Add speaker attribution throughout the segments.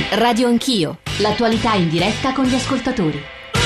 Speaker 1: Radio Anch'io, l'attualità in diretta con gli ascoltatori.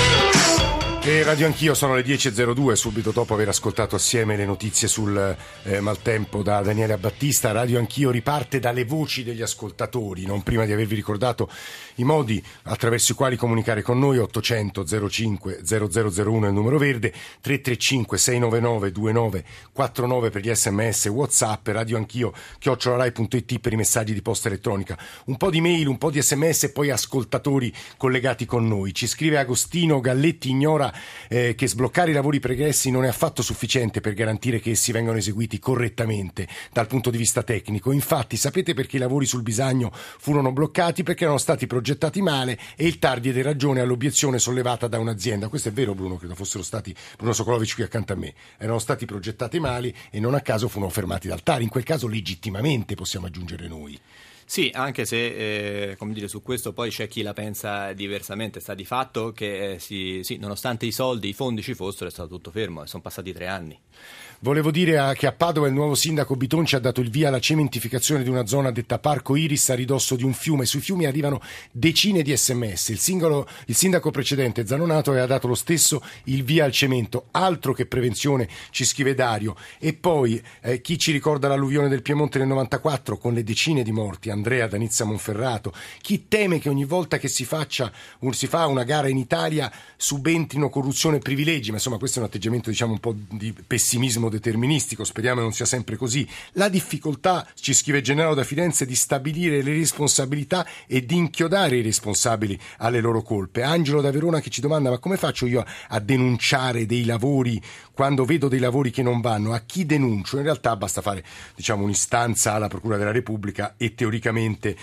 Speaker 2: E Radio Anch'io, sono le 10.02, subito dopo aver ascoltato assieme le notizie sul maltempo da Daniele Battista. Radio Anch'io riparte dalle voci degli ascoltatori, non prima di avervi ricordato i modi attraverso i quali comunicare con noi. 800 05 0001 è il numero verde, 335 699 2949 per gli sms WhatsApp, Radio Anch'io @rai.it per i messaggi di posta elettronica. Un po' di mail, un po' di sms e poi ascoltatori collegati con noi. Ci scrive Agostino Galletti: ignora che sbloccare i lavori pregressi non è affatto sufficiente per garantire che essi vengano eseguiti correttamente dal punto di vista tecnico. Infatti, sapete perché i lavori sul Bisagno furono bloccati? Perché erano stati progettati male e il TAR diede ragione all'obiezione sollevata da un'azienda. Questo è vero, Bruno, credo fossero stati Bruno Sokolovic qui accanto a me. Erano stati progettati male e non a caso furono fermati dal TAR, in quel caso legittimamente, possiamo aggiungere noi.
Speaker 3: Sì, anche se su questo poi c'è chi la pensa diversamente. Sta di fatto che nonostante i soldi, i fondi ci fossero, è stato tutto fermo e sono passati 3 anni.
Speaker 2: Volevo dire che a Padova il nuovo sindaco Bitonci ha dato il via alla cementificazione di una zona detta Parco Iris a ridosso di un fiume. Sui fiumi arrivano decine di sms. Il sindaco precedente Zanonato aveva dato lo stesso il via al cemento. Altro che prevenzione, ci scrive Dario. E poi chi ci ricorda l'alluvione del Piemonte nel 94 con le decine di morti, Andrea da Nizza Monferrato. Chi teme che ogni volta che si fa una gara in Italia subentrino corruzione e privilegi, ma insomma questo è un atteggiamento un po' di pessimismo deterministico, speriamo non sia sempre così. La difficoltà, ci scrive Gennaro da Firenze, di stabilire le responsabilità e di inchiodare i responsabili alle loro colpe. Angelo da Verona che ci domanda: ma come faccio io a denunciare dei lavori quando vedo dei lavori che non vanno? A chi denuncio? In realtà basta fare un'istanza alla Procura della Repubblica e teoricamente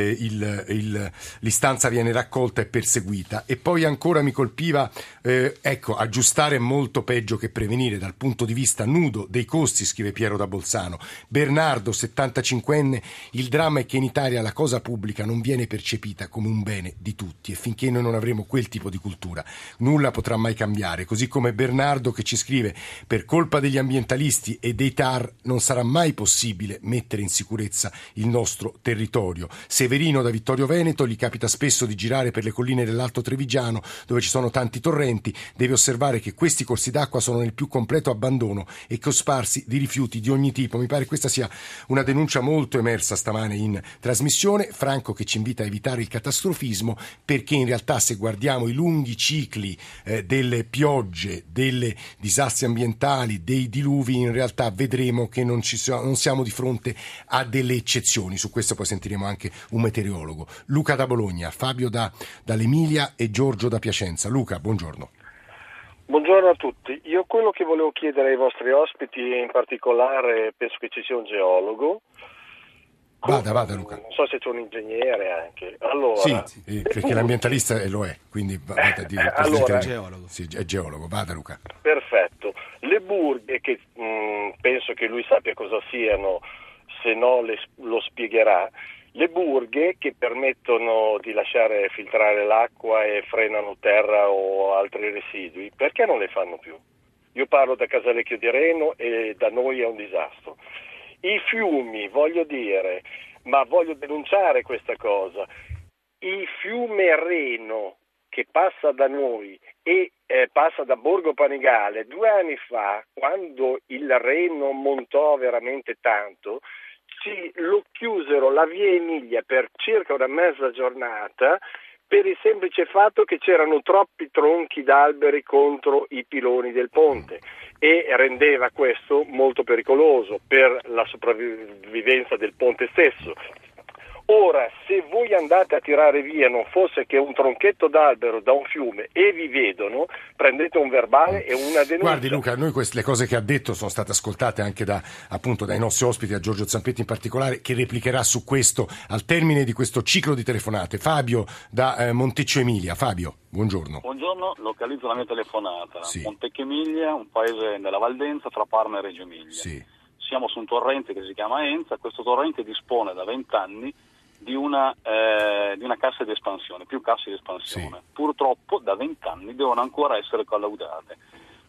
Speaker 2: l'istanza viene raccolta e perseguita. E poi ancora mi colpiva aggiustare è molto peggio che prevenire dal punto di vista nudo dei costi, scrive Piero da Bolzano. Bernardo, 75enne: il dramma è che in Italia la cosa pubblica non viene percepita come un bene di tutti e finché noi non avremo quel tipo di cultura nulla potrà mai cambiare. Così come Bernardo che ci scrive: per colpa degli ambientalisti e dei TAR non sarà mai possibile mettere in sicurezza il nostro territorio. Severino da Vittorio Veneto: gli capita spesso di girare per le colline dell'Alto Trevigiano dove ci sono tanti torrenti, deve osservare che questi corsi d'acqua sono nel più completo abbandono e cosparsi di rifiuti di ogni tipo. Mi pare questa sia una denuncia molto emersa stamane in trasmissione. Franco che ci invita a evitare il catastrofismo, perché in realtà se guardiamo i lunghi cicli delle piogge, dei disastri ambientali, dei diluvi, in realtà vedremo che non siamo di fronte a delle eccezioni. Su questo poi sentiremo anche un meteorologo. Luca da Bologna, Fabio dall'Emilia e Giorgio da Piacenza. Luca, buongiorno.
Speaker 4: Buongiorno a tutti. Io quello che volevo chiedere ai vostri ospiti, in particolare penso che ci sia un geologo.
Speaker 2: Vada Luca.
Speaker 4: Non so se c'è un ingegnere anche. Allora,
Speaker 2: sì, perché l'ambientalista lo è, quindi vada a dire
Speaker 4: allora,
Speaker 2: geologo. Sì, è geologo. Vada Luca.
Speaker 4: Perfetto. Le burghe, che penso che lui sappia cosa siano, se no lo spiegherà. Le burghe che permettono di lasciare filtrare l'acqua e frenano terra o altri residui, perché non le fanno più? Io parlo da Casalecchio di Reno e da noi è un disastro. I fiumi, voglio denunciare questa cosa. Il fiume Reno che passa da noi e passa da Borgo Panigale 2 anni fa, quando il Reno montò veramente tanto, lo chiusero la via Emilia per circa una mezza giornata per il semplice fatto che c'erano troppi tronchi d'alberi contro i piloni del ponte e rendeva questo molto pericoloso per la sopravvivenza del ponte stesso. Ora, se voi andate a tirare via non fosse che un tronchetto d'albero da un fiume e vi vedono, prendete un verbale e una denuncia.
Speaker 2: Guardi Luca, noi le cose che ha detto sono state ascoltate anche dai nostri ospiti, a Giorgio Zampetti in particolare, che replicherà su questo al termine di questo ciclo di telefonate. Fabio da Montecchio Emilia. Fabio, buongiorno.
Speaker 5: Buongiorno, localizzo la mia telefonata.
Speaker 2: Sì.
Speaker 5: Montecchio Emilia, un paese della Valdenza tra Parma e Reggio Emilia.
Speaker 2: Sì.
Speaker 5: Siamo su un torrente che si chiama Enza. Questo torrente dispone da 20 anni di una cassa di espansione, più casse di espansione.
Speaker 2: Sì.
Speaker 5: Purtroppo da 20 anni devono ancora essere collaudate.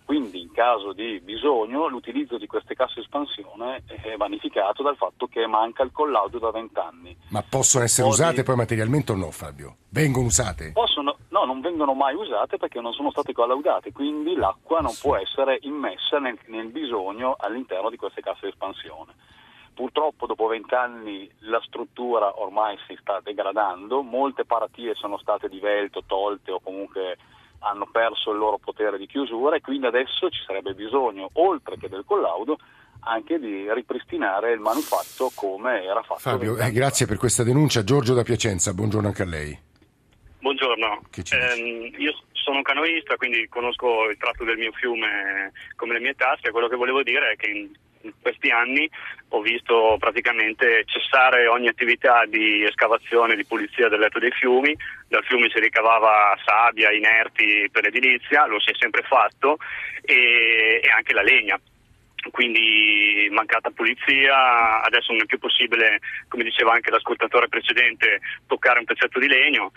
Speaker 5: Quindi in caso di bisogno l'utilizzo di queste casse espansione è vanificato dal fatto che manca il collaudo da 20 anni.
Speaker 2: Ma possono essere usate poi materialmente o no, Fabio? Vengono usate?
Speaker 5: No, non vengono mai usate perché non sono state collaudate, quindi l'acqua non può essere immessa nel bisogno all'interno di queste casse espansione. Purtroppo dopo 20 anni la struttura ormai si sta degradando, molte paratie sono state divelte, tolte o comunque hanno perso il loro potere di chiusura e quindi adesso ci sarebbe bisogno, oltre che del collaudo, anche di ripristinare il manufatto come era fatto.
Speaker 2: Fabio, grazie per questa denuncia. Giorgio da Piacenza, buongiorno anche a lei.
Speaker 6: Buongiorno, io sono un canoista, quindi conosco il tratto del mio fiume come le mie tasche. Quello che volevo dire è che in questi anni ho visto praticamente cessare ogni attività di escavazione, di pulizia del letto dei fiumi. Dal fiume si ricavava sabbia, inerti per l'edilizia, lo si è sempre fatto, e anche la legna. Quindi mancata pulizia, adesso non è più possibile, come diceva anche l'ascoltatore precedente, toccare un pezzetto di legno.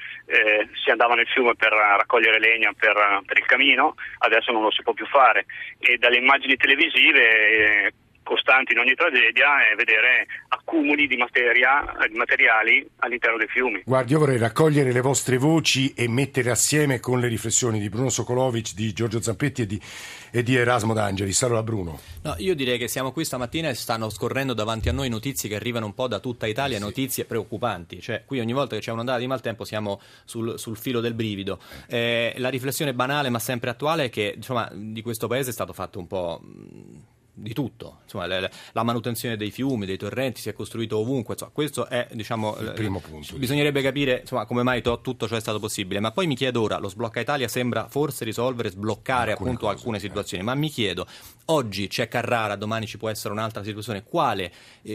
Speaker 6: Si andava nel fiume per raccogliere legna per il camino, adesso non lo si può più fare, e dalle immagini televisive costanti in ogni tragedia è vedere accumuli di materiali all'interno dei fiumi.
Speaker 2: Guardi, io vorrei raccogliere le vostre voci e mettere assieme con le riflessioni di Bruno Sokolovic, di Giorgio Zampetti e di Erasmo D'Angelis. Allora, Bruno.
Speaker 3: No, io direi che siamo qui stamattina e stanno scorrendo davanti a noi notizie che arrivano un po' da tutta Italia, sì. Notizie preoccupanti. Cioè, qui ogni volta che c'è un'ondata di maltempo siamo sul filo del brivido. La riflessione banale ma sempre attuale è che, insomma, di questo paese è stato fatto un po' di tutto, insomma, la manutenzione dei fiumi, dei torrenti si è costruito ovunque, insomma, questo è, diciamo,
Speaker 2: il primo punto.
Speaker 3: Bisognerebbe capire, insomma, come mai tutto ciò è stato possibile, ma poi mi chiedo ora, lo Sblocca Italia sembra forse sbloccare alcune situazioni, ma mi chiedo, oggi c'è Carrara, domani ci può essere un'altra situazione, quali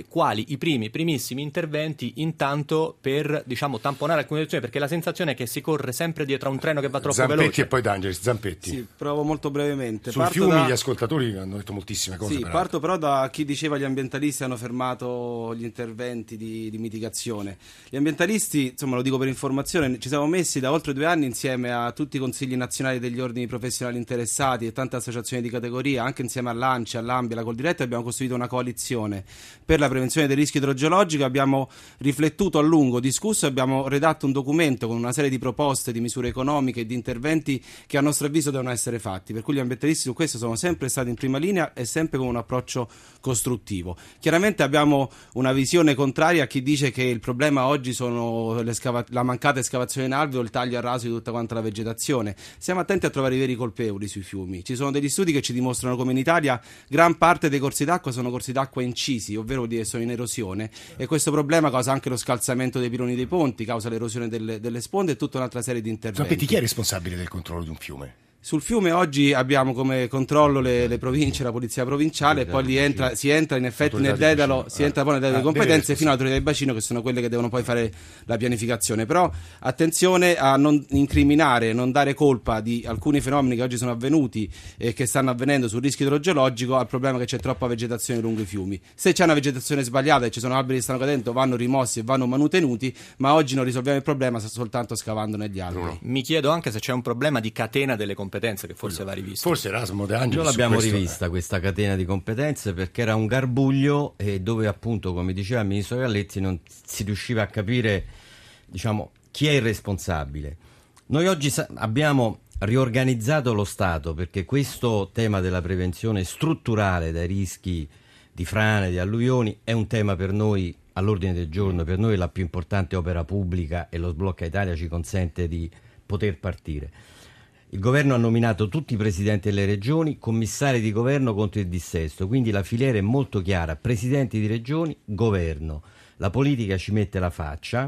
Speaker 3: i primissimi interventi intanto per, diciamo, tamponare alcune situazioni, perché la sensazione è che si corre sempre dietro a un treno che va troppo veloce.
Speaker 2: Zampetti e poi D'Angelis. Zampetti.
Speaker 7: Sì, provo molto brevemente.
Speaker 2: Sui fiumi gli ascoltatori hanno detto moltissime cose.
Speaker 7: Sì, parto però da chi diceva gli ambientalisti hanno fermato gli interventi di mitigazione. Gli ambientalisti, insomma, lo dico per informazione, ci siamo messi da oltre 2 anni insieme a tutti i consigli nazionali degli ordini professionali interessati e tante associazioni di categoria, anche insieme all'ANCI, all'AMBI, alla Coldiretti, abbiamo costruito una coalizione per la prevenzione del rischio idrogeologico. Abbiamo riflettuto a lungo, discusso e abbiamo redatto un documento con una serie di proposte, di misure economiche e di interventi che a nostro avviso devono essere fatti, per cui gli ambientalisti su questo sono sempre stati in prima linea e sempre con un approccio costruttivo. Chiaramente abbiamo una visione contraria a chi dice che il problema oggi sono la mancata escavazione in alveo o il taglio a raso di tutta quanta la vegetazione. Stiamo attenti a trovare i veri colpevoli sui fiumi. Ci sono degli studi che ci dimostrano come in Italia gran parte dei corsi d'acqua sono corsi d'acqua incisi, ovvero sono in erosione, e questo problema causa anche lo scalzamento dei piloni dei ponti, causa l'erosione delle sponde e tutta un'altra serie di interventi.
Speaker 2: Sapete chi è responsabile del controllo di un fiume?
Speaker 7: Sul fiume oggi abbiamo come controllo le province, la polizia provinciale, e poi si entra in effetti nel dedalo, si entra poi nel dedalo di competenze fino all'autorità del bacino, che sono quelle che devono poi fare la pianificazione. Però attenzione a non incriminare, non dare colpa di alcuni fenomeni che oggi sono avvenuti e che stanno avvenendo sul rischio idrogeologico al problema che c'è troppa vegetazione lungo i fiumi. Se c'è una vegetazione sbagliata e ci sono alberi che stanno cadendo, vanno rimossi e vanno manutenuti, ma oggi non risolviamo il problema soltanto scavando negli alberi.
Speaker 3: Mi chiedo anche se c'è un problema di catena delle competenze che forse va rivista.
Speaker 2: Forse Erasmo D'Angelis.
Speaker 8: Noi l'abbiamo rivista questa catena di competenze, perché era un garbuglio e dove, appunto, come diceva il ministro Galletti, non si riusciva a capire, diciamo, chi è il responsabile. Noi oggi abbiamo riorganizzato lo Stato, perché questo tema della prevenzione strutturale dai rischi di frane, di alluvioni è un tema per noi all'ordine del giorno. Per noi è la più importante opera pubblica e lo Sblocca Italia ci consente di poter partire. Il governo ha nominato tutti i presidenti delle regioni, commissari di governo contro il dissesto, quindi la filiera è molto chiara: presidenti di regioni, governo. La politica ci mette la faccia,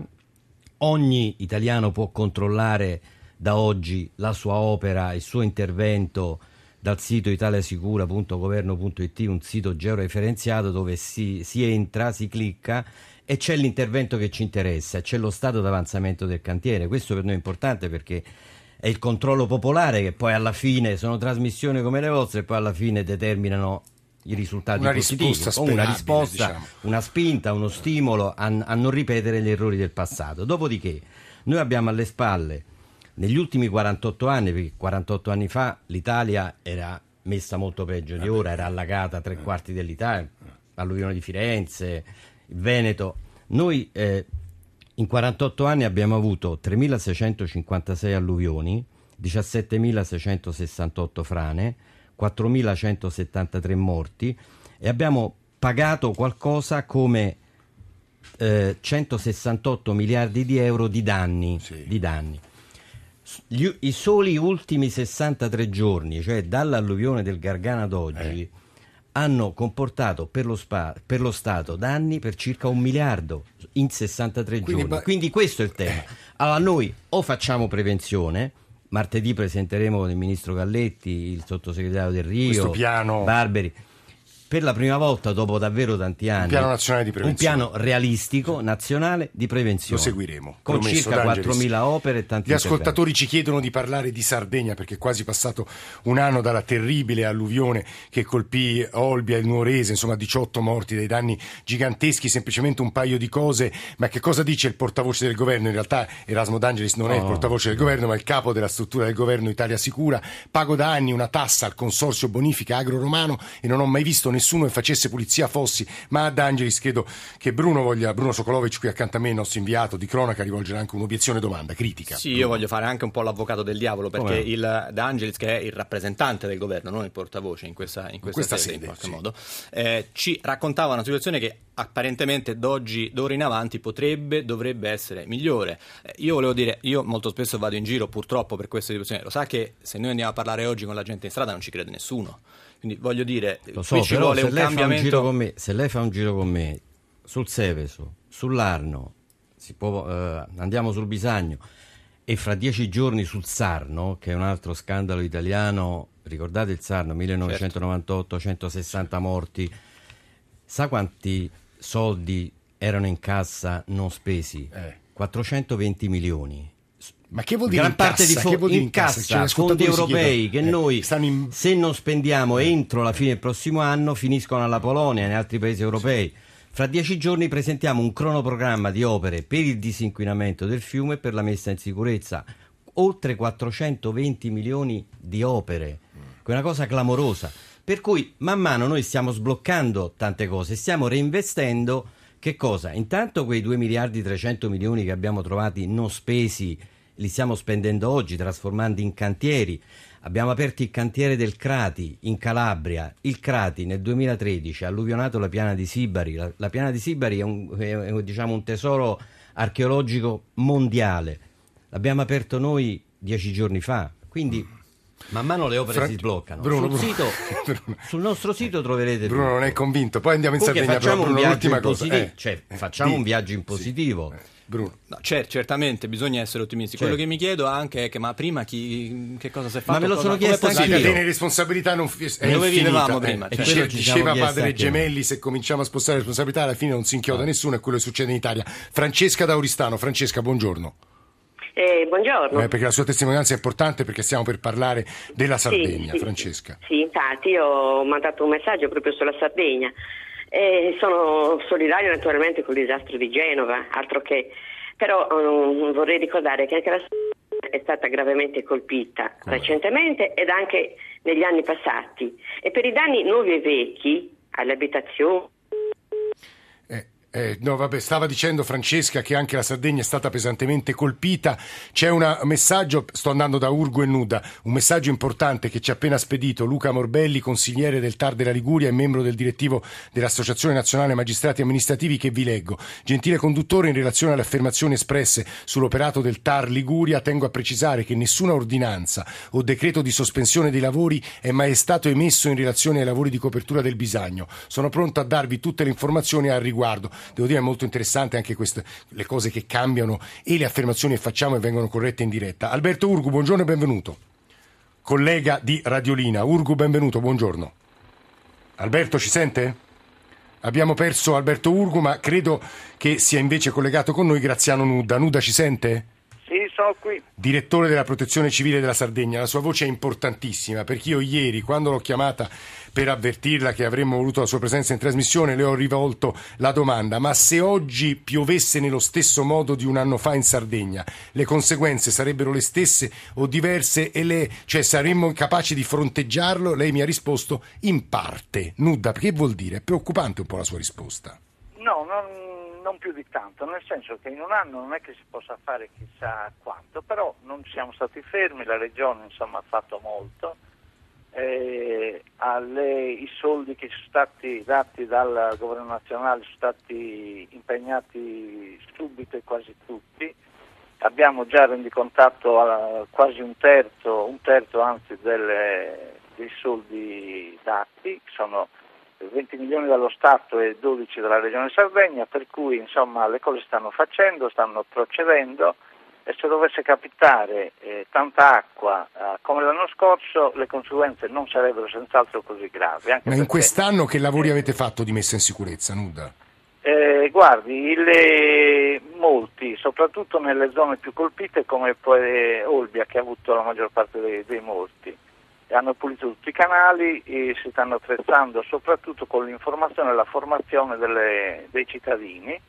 Speaker 8: ogni italiano può controllare da oggi la sua opera, il suo intervento dal sito italiasicura.governo.it, un sito georeferenziato dove si entra, si clicca e c'è l'intervento che ci interessa, c'è lo stato d'avanzamento del cantiere. Questo per noi è importante perché è il controllo popolare che poi alla fine sono trasmissioni come le vostre e poi alla fine determinano i risultati positivi, una risposta, diciamo, una spinta, uno stimolo a non ripetere gli errori del passato. Dopodiché noi abbiamo alle spalle negli ultimi 48 anni, perché 48 anni fa l'Italia era messa molto peggio di ora, era allagata 3/4 dell'Italia, alluvione di Firenze, il Veneto. Noi in 48 anni abbiamo avuto 3.656 alluvioni, 17.668 frane, 4.173 morti e abbiamo pagato qualcosa come 168 miliardi di euro di danni. Di danni. I soli ultimi 63 giorni, cioè dall'alluvione del Gargano ad oggi, hanno comportato per lo Stato danni per circa 1 miliardo in 63 giorni. Quindi questo è il tema. Allora noi o facciamo prevenzione, martedì presenteremo con il ministro Galletti, il sottosegretario Del Rio,
Speaker 2: questo piano
Speaker 8: Barberi, per la prima volta dopo davvero tanti anni,
Speaker 2: un piano nazionale di prevenzione,
Speaker 8: un piano realistico nazionale di prevenzione.
Speaker 2: Lo seguiremo.
Speaker 8: Con
Speaker 2: Promesso,
Speaker 8: circa
Speaker 2: D'Angelis.
Speaker 8: 4.000 opere e tanti
Speaker 2: Gli ascoltatori ci chiedono di parlare di Sardegna perché è quasi passato un anno dalla terribile alluvione che colpì Olbia e il Nuorese, insomma 18 morti, dei danni giganteschi. Semplicemente un paio di cose, ma che cosa dice il portavoce del governo? In realtà Erasmo D'Angelis non è il portavoce del governo, ma il capo della struttura del governo Italia Sicura. Pago da anni una tassa al consorzio bonifica agro romano e non ho mai visto nessuno che facesse pulizia a fossi. Ma ad D'Angelis credo che Bruno Sokolovic, qui accanto a me, il nostro inviato di cronaca, rivolgere anche un'obiezione domanda critica.
Speaker 3: Sì, io voglio fare anche un po' l'avvocato del diavolo, perché il D'Angelis, che è il rappresentante del governo, non il portavoce in questa sede in qualche modo, ci raccontava una situazione che apparentemente d'ora in avanti dovrebbe essere migliore. Io volevo dire, io molto spesso vado in giro purtroppo per queste situazioni, lo sa che se noi andiamo a parlare oggi con la gente in strada non ci crede nessuno. Quindi voglio dire,
Speaker 8: lo so,
Speaker 3: qui ci
Speaker 8: però
Speaker 3: vuole
Speaker 8: se
Speaker 3: un
Speaker 8: lei
Speaker 3: cambiamento.
Speaker 8: Se lei fa un giro con me sul Seveso, sull'Arno, andiamo sul Bisagno e fra 10 giorni sul Sarno, che è un altro scandalo italiano, ricordate il Sarno, 1998, 160 morti, sa quanti soldi erano in cassa non spesi? 420 milioni.
Speaker 2: Ma che vuol dire
Speaker 8: gran parte di
Speaker 2: in cassa?
Speaker 8: Fondi europei che noi se non spendiamo entro la fine del prossimo anno finiscono alla Polonia e in altri paesi europei. Fra 10 giorni presentiamo un cronoprogramma di opere per il disinquinamento del fiume e per la messa in sicurezza, oltre 420 milioni di opere, che è una cosa clamorosa, per cui man mano noi stiamo sbloccando tante cose, stiamo reinvestendo. Che cosa? Intanto quei 2 miliardi 300 milioni che abbiamo trovati non spesi li stiamo spendendo oggi, trasformando in cantieri. Abbiamo aperto il cantiere del Crati in Calabria. Il Crati nel 2013 ha alluvionato la piana di Sibari. La piana di Sibari è un tesoro archeologico mondiale. L'abbiamo aperto noi 10 giorni fa. Quindi man mano le opere si sbloccano. Sul nostro sito troverete
Speaker 2: Bruno
Speaker 8: tutto.
Speaker 2: Non è convinto. Poi andiamo in Sardegna.
Speaker 8: Facciamo un viaggio
Speaker 2: l'ultima
Speaker 8: in
Speaker 2: cosa.
Speaker 8: Facciamo un viaggio in positivo.
Speaker 2: Bruno.
Speaker 3: No, certamente bisogna essere ottimisti. Quello che mi chiedo anche è che ma prima che cosa si è fatto?
Speaker 8: Ma me lo sono chiesto anche io.
Speaker 2: La catena di responsabilità non è
Speaker 3: dove vivevamo
Speaker 2: infinita.
Speaker 3: prima?
Speaker 2: Diceva padre Gemelli, se cominciamo a spostare le responsabilità alla fine non si inchioda nessuno, è quello che succede in Italia. Francesca da Oristano. Francesca, buongiorno.
Speaker 9: Buongiorno.
Speaker 2: Perché la sua testimonianza è importante, perché stiamo per parlare della Sardegna.
Speaker 9: Sì.
Speaker 2: Francesca.
Speaker 9: Sì, infatti io ho mandato un messaggio proprio sulla Sardegna. Sono solidaria naturalmente col disastro di Genova, altro che... Però vorrei ricordare che anche la Sardegna è stata gravemente colpita recentemente ed anche negli anni passati. E per i danni nuovi e vecchi alle abitazioni...
Speaker 2: Stava dicendo Francesca che anche la Sardegna è stata pesantemente colpita. C'è un messaggio, sto andando da Urgu e Nuda, un messaggio importante che ci ha appena spedito Luca Morbelli, consigliere del TAR della Liguria e membro del direttivo dell'Associazione Nazionale Magistrati Amministrativi, che vi leggo. Gentile conduttore, in relazione alle affermazioni espresse sull'operato del TAR Liguria, tengo a precisare che nessuna ordinanza o decreto di sospensione dei lavori è mai stato emesso in relazione ai lavori di copertura del Bisagno. Sono pronto a darvi tutte le informazioni al riguardo. Devo dire, è molto interessante anche queste, le cose che cambiano e le affermazioni che facciamo e vengono corrette in diretta. Alberto Urgu, buongiorno e benvenuto. Collega di Radiolina. Urgu, benvenuto, buongiorno. Alberto, ci sente? Abbiamo perso Alberto Urgu, ma credo che sia invece collegato con noi Graziano Nuda. Nuda, ci sente?
Speaker 10: sono qui.
Speaker 2: Direttore della Protezione Civile della Sardegna, la sua voce è importantissima, perché io ieri, quando l'ho chiamata per avvertirla che avremmo voluto la sua presenza in trasmissione, le ho rivolto la domanda: ma se oggi piovesse nello stesso modo di un anno fa in Sardegna, le conseguenze sarebbero le stesse o diverse? Cioè saremmo capaci di fronteggiarlo? Lei mi ha risposto in parte. Nudda, che vuol dire? È preoccupante un po' la sua risposta.
Speaker 10: No, non più di tanto, nel senso che in un anno non è che si possa fare chissà quanto, però non siamo stati fermi, la Regione insomma ha fatto molto. I soldi che sono stati dati dal governo nazionale sono stati impegnati subito e quasi tutti. Abbiamo già rendicontato quasi un terzo anzi dei soldi dati, sono 20 milioni dallo Stato e 12 dalla Regione Sardegna, per cui insomma le cose stanno procedendo. E se dovesse capitare tanta acqua come l'anno scorso, le conseguenze non sarebbero senz'altro così gravi.
Speaker 2: Ma in quest'anno che lavori avete fatto di messa in sicurezza, Nudda?
Speaker 10: Guardi, molti, soprattutto nelle zone più colpite come poi Olbia, che ha avuto la maggior parte dei morti. Hanno pulito tutti i canali e si stanno attrezzando soprattutto con l'informazione e la formazione dei cittadini.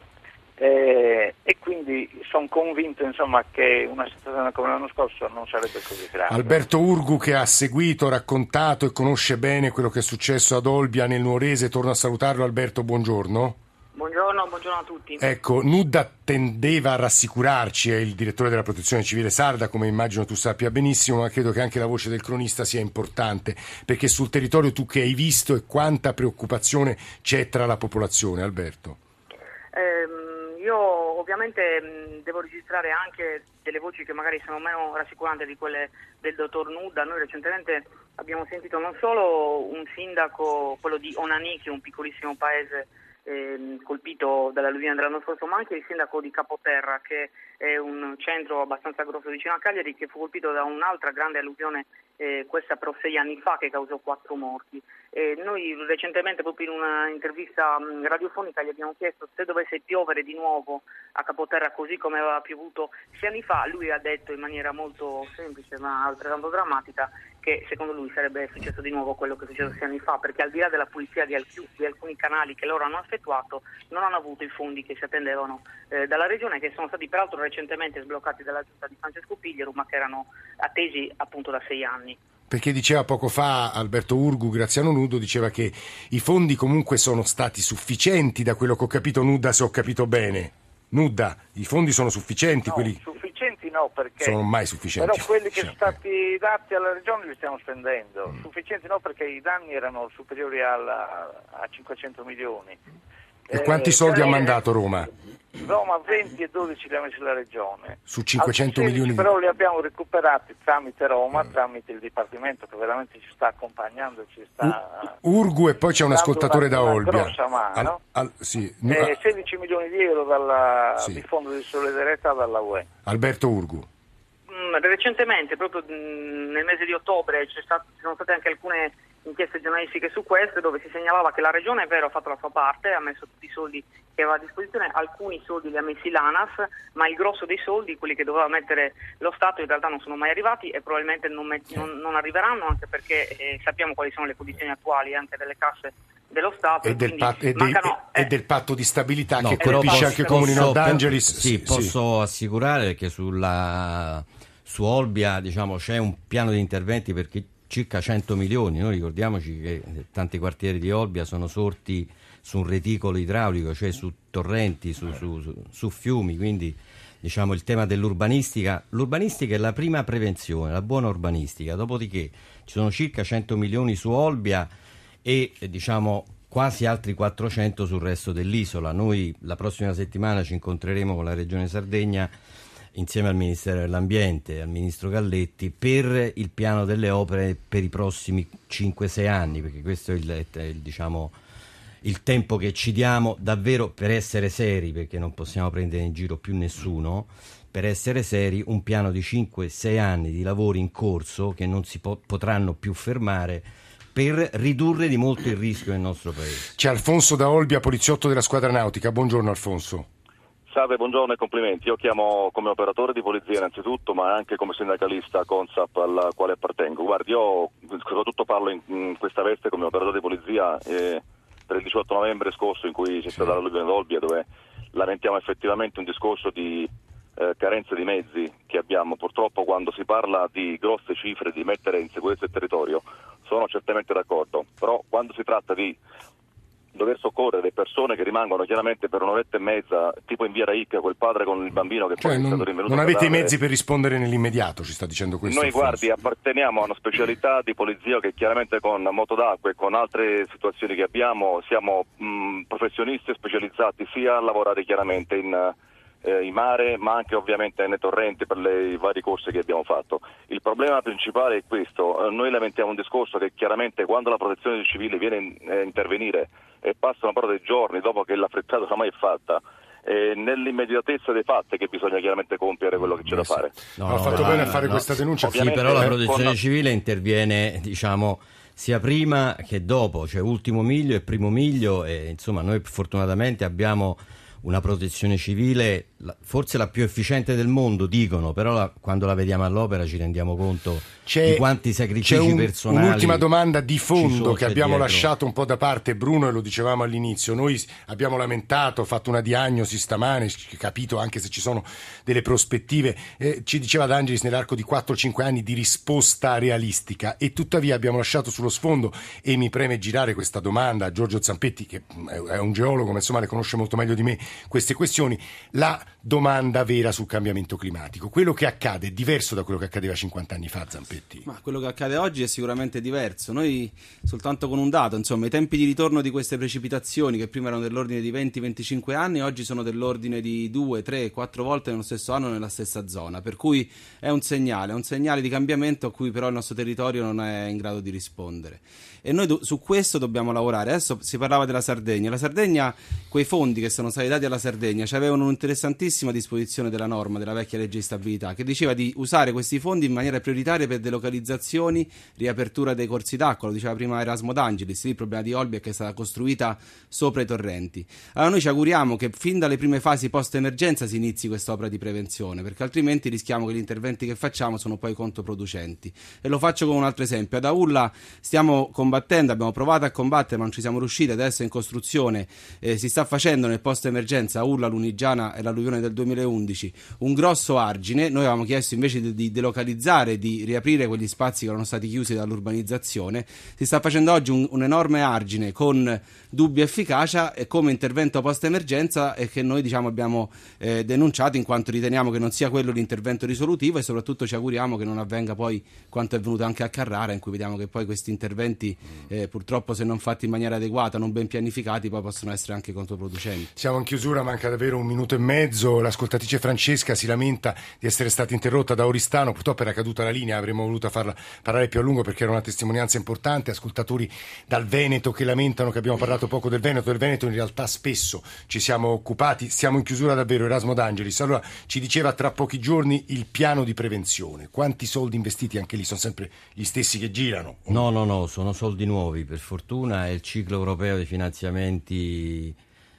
Speaker 10: E quindi sono convinto insomma che una situazione come l'anno scorso non sarebbe così grave.
Speaker 2: Alberto Urgu, che ha seguito, raccontato e conosce bene quello che è successo ad Olbia nel Nuorese, torno a salutarlo. Alberto, buongiorno.
Speaker 11: Buongiorno a tutti.
Speaker 2: Ecco, Nudda tendeva a rassicurarci, è il direttore della Protezione Civile sarda, come immagino tu sappia benissimo, ma credo che anche la voce del cronista sia importante, perché sul territorio tu che hai visto e quanta preoccupazione c'è tra la popolazione, Alberto?
Speaker 11: Io ovviamente devo registrare anche delle voci che magari sono meno rassicuranti di quelle del dottor Nudda. Noi recentemente abbiamo sentito non solo un sindaco, quello di Onani, che è un piccolissimo paese colpito dall'alluvione dell'anno scorso, ma anche il sindaco di Capoterra, che è un centro abbastanza grosso vicino a Cagliari, che fu colpito da un'altra grande alluvione, questa però 6 anni fa, che causò 4 morti. Noi recentemente, proprio in una intervista radiofonica, gli abbiamo chiesto se dovesse piovere di nuovo a Capoterra così come aveva piovuto 6 anni fa. Lui ha detto in maniera molto semplice ma altrettanto drammatica che secondo lui sarebbe successo di nuovo quello che è successo 6 anni fa, perché al di là della pulizia di alcuni canali che loro hanno effettuato, non hanno avuto i fondi che si attendevano dalla Regione, che sono stati peraltro recentemente sbloccati dalla giunta di Francesco Piglieru, ma che erano attesi appunto da 6 anni.
Speaker 2: Perché diceva poco fa Alberto Urgu, Graziano Nudo diceva che i fondi comunque sono stati sufficienti, da quello che ho capito. Nudda, se ho capito bene. Nudda, i fondi sono sufficienti?
Speaker 10: No,
Speaker 2: quelli...
Speaker 10: sufficienti no, perché
Speaker 2: sono mai sufficienti.
Speaker 10: Però quelli che sono stati dati alla Regione li stiamo spendendo. Sufficienti no, perché i danni erano superiori a 500 milioni.
Speaker 2: E quanti soldi ha mandato Roma?
Speaker 10: Roma 20 e 12 li ha messi la Regione.
Speaker 2: Su 500 milioni.
Speaker 10: Però li abbiamo recuperati tramite Roma, tramite il Dipartimento che veramente ci sta accompagnando, ci sta
Speaker 2: Urgu, e poi c'è un ascoltatore da Olbia.
Speaker 10: Grossa mano.
Speaker 2: Sì.
Speaker 10: 16 milioni di euro di Fondo di Solidarietà dalla UE.
Speaker 2: Alberto Urgu.
Speaker 11: Recentemente, proprio nel mese di ottobre, ci sono state anche alcune inchieste giornalistiche su questo, dove si segnalava che la Regione, è vero, ha fatto la sua parte, ha messo tutti i soldi che aveva a disposizione, alcuni soldi li ha messi l'ANAS, ma il grosso dei soldi, quelli che doveva mettere lo Stato, in realtà non sono mai arrivati e probabilmente non arriveranno, anche perché sappiamo quali sono le condizioni attuali anche delle casse dello Stato
Speaker 2: e del patto di stabilità, che colpisce anche Comuni Nord Angelis.
Speaker 8: Posso assicurare che su Olbia, diciamo, c'è un piano di interventi perché circa 100 milioni. Noi ricordiamoci che tanti quartieri di Olbia sono sorti su un reticolo idraulico, cioè su torrenti, su fiumi, quindi diciamo il tema l'urbanistica è la prima prevenzione, la buona urbanistica. Dopodiché ci sono circa 100 milioni su Olbia e diciamo quasi altri 400 sul resto dell'isola. Noi la prossima settimana ci incontreremo con la Regione Sardegna insieme al Ministero dell'Ambiente, al Ministro Galletti, per il piano delle opere per i prossimi 5-6 anni, perché questo è il tempo che ci diamo davvero per essere seri, perché non possiamo prendere in giro più nessuno, per essere seri, un piano di 5-6 anni di lavori in corso che non si potranno più fermare, per ridurre di molto il rischio nel nostro paese.
Speaker 2: C'è Alfonso da Olbia, poliziotto della Squadra Nautica. Buongiorno Alfonso.
Speaker 12: Salve, buongiorno e complimenti. Io chiamo come operatore di polizia innanzitutto, ma anche come sindacalista Consap al quale appartengo. Guardi, io soprattutto parlo in questa veste come operatore di polizia per il 18 novembre scorso, in cui c'è stata l'alluvione d'Olbia, dove lamentiamo effettivamente un discorso di carenza di mezzi che abbiamo. Purtroppo quando si parla di grosse cifre, di mettere in sicurezza il territorio, sono certamente d'accordo, però quando si tratta di dover soccorrere le persone che rimangono chiaramente per un'oretta e mezza, tipo in via Raicca, quel padre con il bambino che poi è stato rinvenuto.
Speaker 2: Non avete i mezzi per rispondere nell'immediato, ci sta dicendo questo?
Speaker 12: Noi, guardi, apparteniamo a una specialità di polizia che chiaramente con moto d'acqua e con altre situazioni che abbiamo siamo professionisti specializzati sia a lavorare chiaramente in mare, ma anche ovviamente nei torrenti per i vari corsi che abbiamo fatto. Il problema principale è questo: noi lamentiamo un discorso che chiaramente quando la protezione civile viene a intervenire e passano però dei giorni dopo che la frittata ormai è fatta, nell'immediatezza dei fatti che bisogna chiaramente compiere quello che c'è da fare.
Speaker 2: Ho fatto bene a fare questa denuncia.
Speaker 8: Sì, però la protezione civile interviene, diciamo, sia prima che dopo, cioè ultimo miglio e primo miglio, e insomma noi fortunatamente abbiamo una protezione civile forse la più efficiente del mondo, dicono, però quando la vediamo all'opera ci rendiamo conto di quanti sacrifici personali.
Speaker 2: Un'ultima domanda di fondo che abbiamo
Speaker 8: dietro.
Speaker 2: Lasciato un po' da parte, Bruno, e lo dicevamo all'inizio. Noi abbiamo lamentato, fatto una diagnosi stamane, capito anche se ci sono delle prospettive, ci diceva D'Angelis, nell'arco di 4-5 anni di risposta realistica, e tuttavia abbiamo lasciato sullo sfondo, e mi preme girare questa domanda a Giorgio Zampetti, che è un geologo ma insomma le conosce molto meglio di me queste questioni, la domanda vera sul cambiamento climatico. Quello che accade è diverso da quello che accadeva 50 anni fa, Zampetti?
Speaker 7: Ma quello che accade oggi è sicuramente diverso. Noi, soltanto con un dato, insomma, i tempi di ritorno di queste precipitazioni, che prima erano dell'ordine di 20-25 anni, oggi sono dell'ordine di 2, 3, 4 volte nello stesso anno nella stessa zona, per cui è un segnale di cambiamento a cui però il nostro territorio non è in grado di rispondere. E noi su questo dobbiamo lavorare. Adesso si parlava della Sardegna. La Sardegna, quei fondi che sono stati dati alla Sardegna, avevano un'interessantissima disposizione della norma, della vecchia legge di stabilità, che diceva di usare questi fondi in maniera prioritaria per delocalizzazioni, riapertura dei corsi d'acqua. Lo diceva prima Erasmo D'Angelis. Lì il problema di Olbia è che è stata costruita sopra i torrenti. Allora noi ci auguriamo che fin dalle prime fasi post-emergenza si inizi quest'opera di prevenzione, perché altrimenti rischiamo che gli interventi che facciamo sono poi controproducenti. E lo faccio con un altro esempio. Ad Aulla stiamo combattendo, abbiamo provato a combattere ma non ci siamo riusciti, adesso è in costruzione, si sta facendo nel post-emergenza Aulla, Lunigiana e l'alluvione del 2011 un grosso argine. Noi avevamo chiesto invece di delocalizzare, di riaprire quegli spazi che erano stati chiusi dall'urbanizzazione. Si sta facendo oggi un enorme argine con dubbia efficacia e come intervento post-emergenza, e che noi abbiamo denunciato in quanto riteniamo che non sia quello l'intervento risolutivo, e soprattutto ci auguriamo che non avvenga poi quanto è avvenuto anche a Carrara, in cui vediamo che poi questi interventi purtroppo, se non fatti in maniera adeguata, non ben pianificati, poi possono essere anche controproducenti.
Speaker 2: Siamo in chiusura, manca davvero un minuto e mezzo. L'ascoltatrice Francesca si lamenta di essere stata interrotta da Oristano, purtroppo era caduta la linea, avremmo voluto farla parlare più a lungo perché era una testimonianza importante. Ascoltatori dal Veneto che lamentano che abbiamo parlato poco del Veneto in realtà spesso ci siamo occupati. Siamo in chiusura davvero. Erasmo D'Angelis, allora, ci diceva tra pochi giorni il piano di prevenzione. Quanti soldi investiti? Anche lì sono sempre gli stessi che girano?
Speaker 8: No, sono soldi nuovi, per fortuna. È il ciclo europeo dei finanziamenti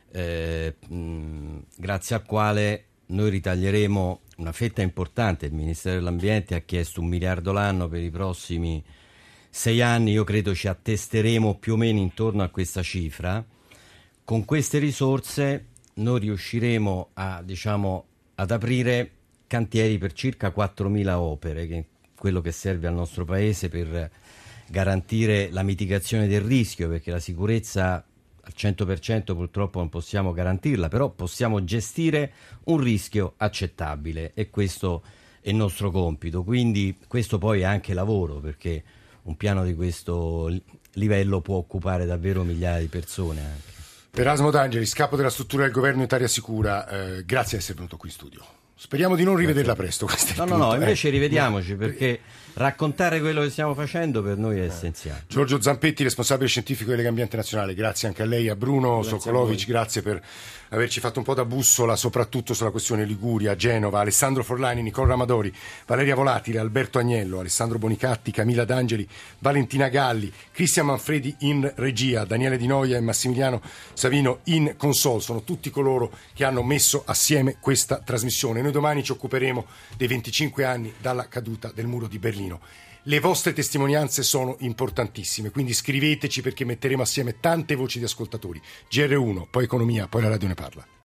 Speaker 8: grazie al quale noi ritaglieremo una fetta importante. Il Ministero dell'Ambiente ha chiesto 1 miliardo l'anno per i prossimi 6 anni. Io credo ci attesteremo più o meno intorno a questa cifra. Con queste risorse noi riusciremo ad aprire cantieri per circa 4.000 opere, che è quello che serve al nostro Paese per garantire la mitigazione del rischio, perché la sicurezza al 100% purtroppo non possiamo garantirla, però possiamo gestire un rischio accettabile, e questo è il nostro compito. Quindi questo poi è anche lavoro, perché un piano di questo livello può occupare davvero migliaia di persone anche.
Speaker 2: Erasmo D'Angelis, capo della struttura del governo Italia Sicura, grazie di essere venuto qui in studio. Speriamo di non rivederla presto.
Speaker 8: No, invece rivediamoci, perché raccontare quello che stiamo facendo per noi è essenziale.
Speaker 2: Giorgio Zampetti, responsabile scientifico di Lega Ambiente Nazionale, grazie anche a lei, a Bruno Sokolovic, grazie per averci fatto un po' da bussola soprattutto sulla questione Liguria, Genova, Alessandro Forlani, Nicola Ramadori, Valeria Volatile, Alberto Agnello, Alessandro Bonicatti, Camilla D'Angeli, Valentina Galli, Cristian Manfredi in regia, Daniele Di Noia e Massimiliano Savino in console, sono tutti coloro che hanno messo assieme questa trasmissione. Noi domani ci occuperemo dei 25 anni dalla caduta del muro di Berlino. Le vostre testimonianze sono importantissime, quindi scriveteci perché metteremo assieme tante voci di ascoltatori. GR1, poi Economia, poi la radio ne parla.